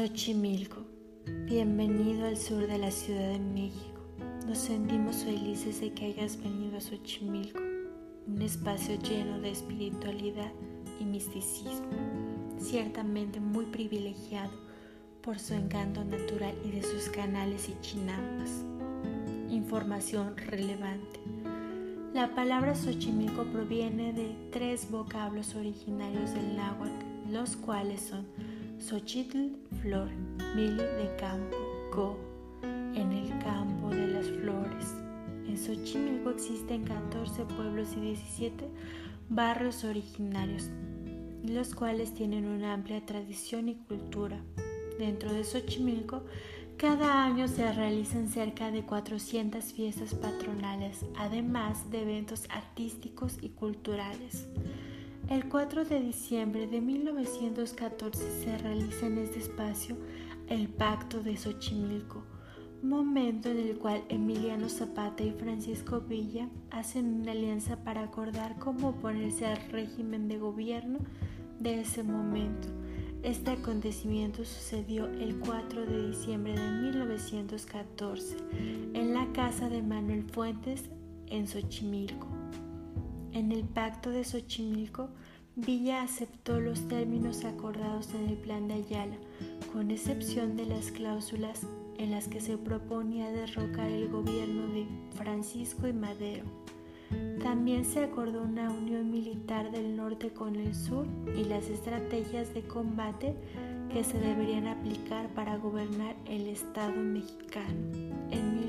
Xochimilco, bienvenido al sur de la Ciudad de México. Nos sentimos felices de que hayas venido a Xochimilco, un espacio lleno de espiritualidad y misticismo, ciertamente muy privilegiado por su encanto natural y de sus canales y chinampas. Información relevante. La palabra Xochimilco proviene de 3 vocablos originarios del náhuatl, los cuales son Xochitl, flor, mili de campo, go, en el campo de las flores. En Xochimilco existen 14 pueblos y 17 barrios originarios, los cuales tienen una amplia tradición y cultura. Dentro de Xochimilco, cada año se realizan cerca de 400 fiestas patronales, además de eventos artísticos y culturales. El 4 de diciembre de 1914 se realiza en este espacio el Pacto de Xochimilco, momento en el cual Emiliano Zapata y Francisco Villa hacen una alianza para acordar cómo oponerse al régimen de gobierno de ese momento. Este acontecimiento sucedió el 4 de diciembre de 1914 en la casa de Manuel Fuentes en Xochimilco. En el Pacto de Xochimilco, Villa aceptó los términos acordados en el Plan de Ayala, con excepción de las cláusulas en las que se proponía derrocar el gobierno de Francisco I. Madero. También se acordó una unión militar del norte con el sur y las estrategias de combate que se deberían aplicar para gobernar el Estado mexicano. En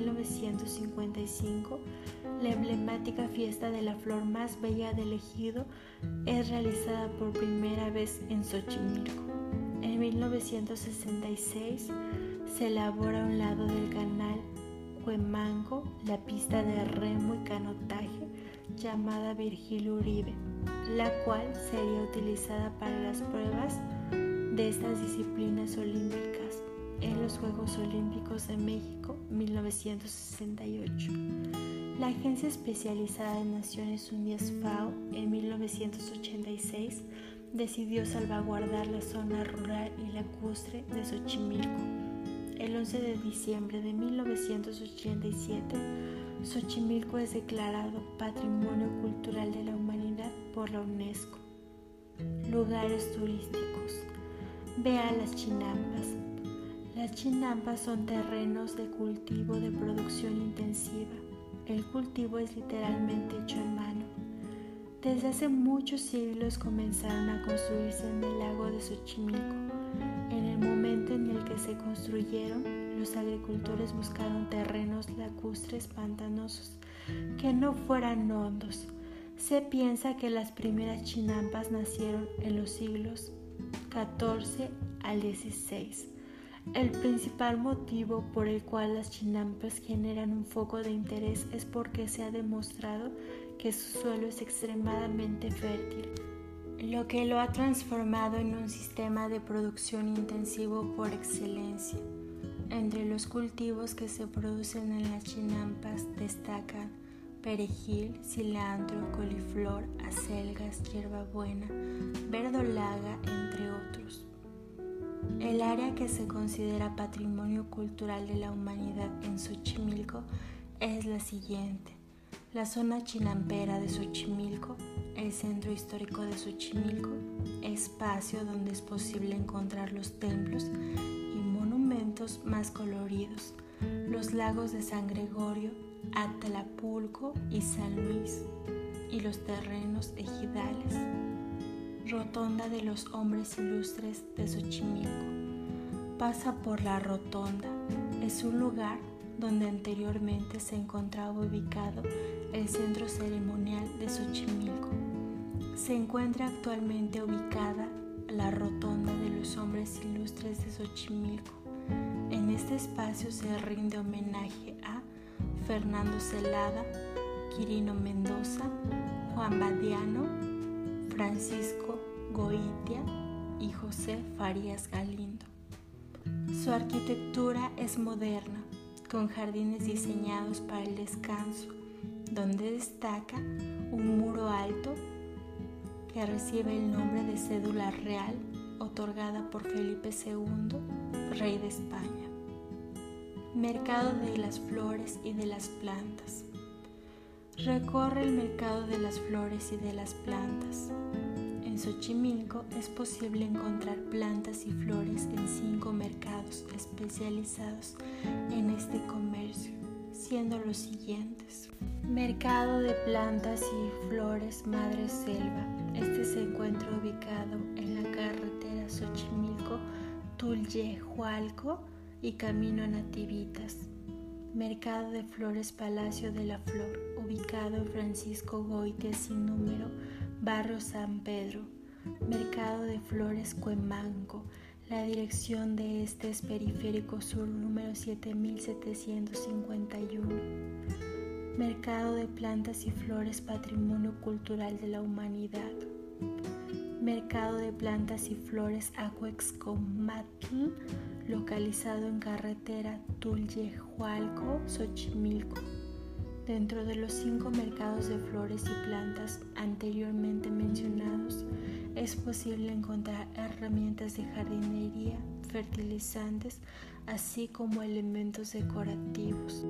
1955, la emblemática fiesta de la flor más bella del ejido es realizada por primera vez en Xochimilco. En 1966 se elabora a un lado del canal Huemango la pista de remo y canotaje llamada Virgilio Uribe, la cual sería utilizada para las pruebas de estas disciplinas olímpicas en los Juegos Olímpicos de México 1968. La Agencia Especializada de Naciones Unidas FAO en 1986 decidió salvaguardar la zona rural y lacustre de Xochimilco. El 11 de diciembre de 1987, Xochimilco es declarado Patrimonio Cultural de la Humanidad por la UNESCO. Lugares turísticos. Vea las chinampas. Las chinampas son terrenos de cultivo de producción intensiva. El cultivo es literalmente hecho en mano. Desde hace muchos siglos comenzaron a construirse en el lago de Xochimilco. En el momento en el que se construyeron, los agricultores buscaron terrenos lacustres pantanosos que no fueran hondos. Se piensa que las primeras chinampas nacieron en los siglos XIV al XVI. El principal motivo por el cual las chinampas generan un foco de interés es porque se ha demostrado que su suelo es extremadamente fértil, lo que lo ha transformado en un sistema de producción intensivo por excelencia. Entre los cultivos que se producen en las chinampas destacan perejil, cilantro, coliflor, acelgas, hierbabuena, verdolaga, entre otros. El área que se considera Patrimonio Cultural de la Humanidad en Xochimilco es la siguiente: la zona chinampera de Xochimilco, el centro histórico de Xochimilco, espacio donde es posible encontrar los templos y monumentos más coloridos, los lagos de San Gregorio, Atlapulco y San Luis, y los terrenos ejidales. Rotonda de los Hombres Ilustres de Xochimilco. Pasa por la Rotonda. Es un lugar donde anteriormente se encontraba ubicado el centro ceremonial de Xochimilco. Se encuentra actualmente ubicada la Rotonda de los Hombres Ilustres de Xochimilco. En este espacio se rinde homenaje a Fernando Zelada, Quirino Mendoza, Juan Badiano, Francisco Goitia y José Farías Galindo. Su arquitectura es moderna, con jardines diseñados para el descanso, donde destaca un muro alto que recibe el nombre de cédula real otorgado otorgada por Felipe II, rey de España. Mercado de las flores y de las plantas. Recorre el mercado de las flores y de las plantas. En Xochimilco es posible encontrar plantas y flores en 5 mercados especializados en este comercio, siendo los siguientes. Mercado de plantas y flores Madre Selva. Este se encuentra ubicado en la carretera Xochimilco-Tulyehualco y camino a Nativitas. Mercado de Flores Palacio de la Flor, ubicado en Francisco Goitia sin número, barrio San Pedro. Mercado de Flores Cuemanco. La dirección de este es Periférico Sur número 7751. Mercado de Plantas y Flores Patrimonio Cultural de la Humanidad. Mercado de Plantas y Flores Acuexcomatl, localizado en carretera Tulyehualco-Xochimilco. Dentro de los 5 mercados de flores y plantas anteriormente mencionados, es posible encontrar herramientas de jardinería, fertilizantes, así como elementos decorativos.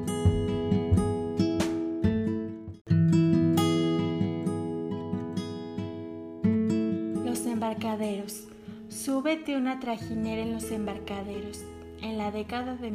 Los embarcaderos. Súbete una trajinera en los embarcaderos. En la década de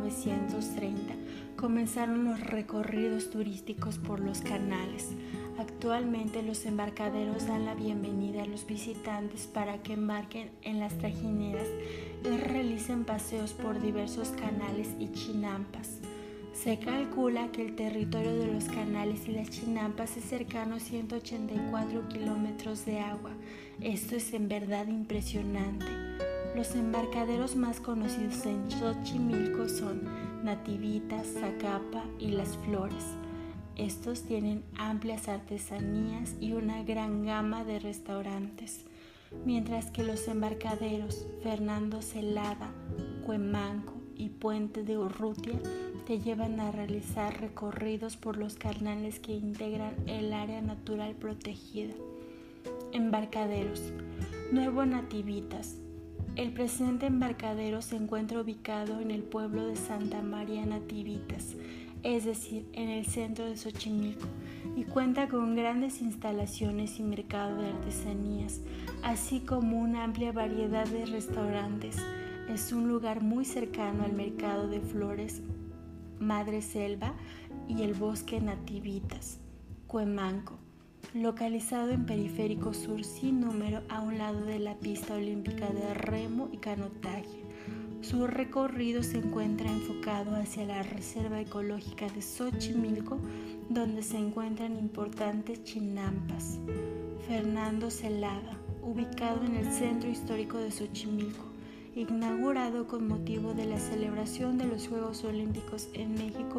1930 comenzaron los recorridos turísticos por los canales. Actualmente los embarcaderos dan la bienvenida a los visitantes para que embarquen en las trajineras y realicen paseos por diversos canales y chinampas. Se calcula que el territorio de los canales y las chinampas es cercano a 184 kilómetros de agua. Esto es en verdad impresionante. Los embarcaderos más conocidos en Xochimilco son Nativitas, Zacapa y Las Flores. Estos tienen amplias artesanías y una gran gama de restaurantes, mientras que los embarcaderos Fernando Zelada, Cuemanco y Puente de Urrutia te llevan a realizar recorridos por los canales que integran el área natural protegida. Embarcaderos. Nuevo Nativitas. El presente embarcadero se encuentra ubicado en el pueblo de Santa María Nativitas, es decir, en el centro de Xochimilco, y cuenta con grandes instalaciones y mercado de artesanías, así como una amplia variedad de restaurantes. Es un lugar muy cercano al mercado de flores Madre Selva y el bosque Nativitas. Cuemanco. Localizado en Periférico Sur sin número a un lado de la pista olímpica de remo y canotaje. Su recorrido se encuentra enfocado hacia la Reserva Ecológica de Xochimilco, donde se encuentran importantes chinampas. Fernando Zelada, ubicado en el centro histórico de Xochimilco, inaugurado con motivo de la celebración de los Juegos Olímpicos en México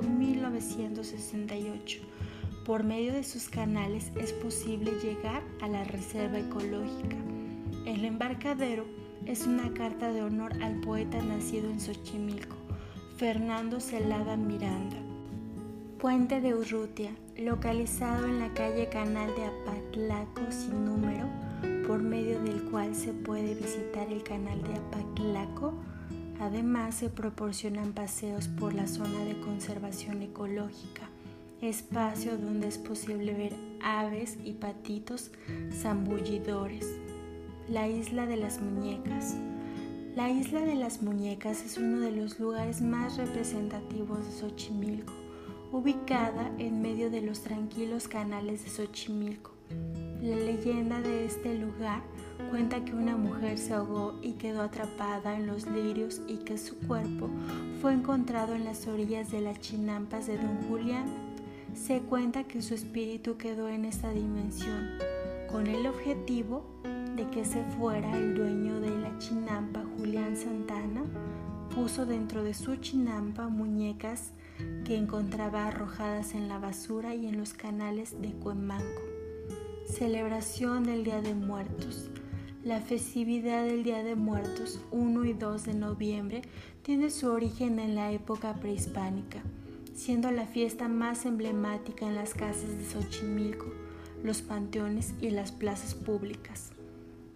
1968. Por medio de sus canales es posible llegar a la Reserva Ecológica. El embarcadero es una carta de honor al poeta nacido en Xochimilco, Fernando Zelada Miranda. Puente de Urrutia, localizado en la calle Canal de Apatlaco sin número, por medio del cual se puede visitar el canal de Apatlaco. Además, se proporcionan paseos por la zona de conservación ecológica, espacio donde es posible ver aves y patitos zambullidores. La Isla de las Muñecas. La Isla de las Muñecas es uno de los lugares más representativos de Xochimilco, ubicada en medio de los tranquilos canales de Xochimilco. La leyenda de este lugar cuenta que una mujer se ahogó y quedó atrapada en los lirios y que su cuerpo fue encontrado en las orillas de las chinampas de Don Julián. Se cuenta que su espíritu quedó en esta dimensión, con el objetivo de que se fuera el dueño de la chinampa, Julián Santana. Puso dentro de su chinampa muñecas que encontraba arrojadas en la basura y en los canales de Cuemanco. Celebración del Día de Muertos. La festividad del Día de Muertos, 1 y 2 de noviembre, tiene su origen en la época prehispánica, siendo la fiesta más emblemática en las casas de Xochimilco, los panteones y las plazas públicas.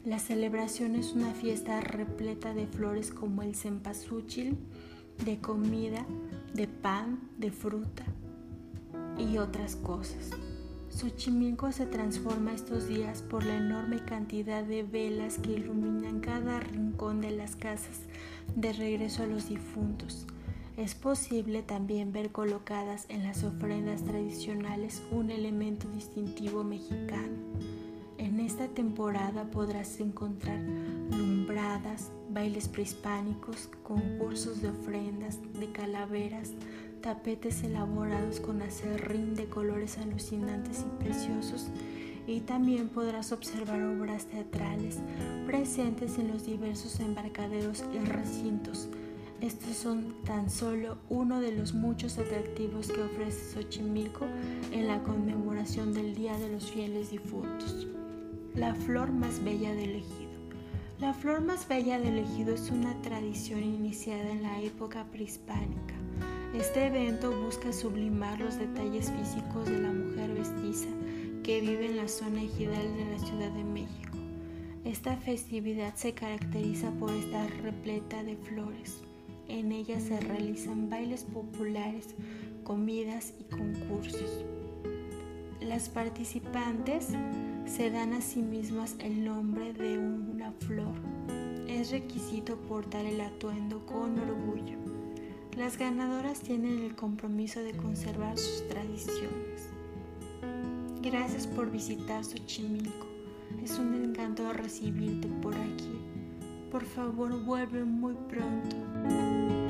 La celebración es una fiesta repleta de flores como el cempasúchil, de comida, de pan, de fruta y otras cosas. Xochimilco se transforma estos días por la enorme cantidad de velas que iluminan cada rincón de las casas de regreso a los difuntos. Es posible también ver colocadas en las ofrendas tradicionales un elemento distintivo mexicano. En esta temporada podrás encontrar lumbradas, bailes prehispánicos, concursos de ofrendas, de calaveras, tapetes elaborados con acerrín de colores alucinantes y preciosos, y también podrás observar obras teatrales presentes en los diversos embarcaderos y recintos. Estos son tan solo uno de los muchos atractivos que ofrece Xochimilco en la conmemoración del Día de los Fieles Difuntos. La flor más bella del ejido. La flor más bella del ejido es una tradición iniciada en la época prehispánica. Este evento busca sublimar los detalles físicos de la mujer mestiza que vive en la zona ejidal de la Ciudad de México. Esta festividad se caracteriza por estar repleta de flores. En ella se realizan bailes populares, comidas y concursos. Las participantes se dan a sí mismas el nombre de una flor. Es requisito portar el atuendo con orgullo. Las ganadoras tienen el compromiso de conservar sus tradiciones. Gracias por visitar Xochimilco. Es un encanto recibirte por aquí. Por favor, vuelve muy pronto.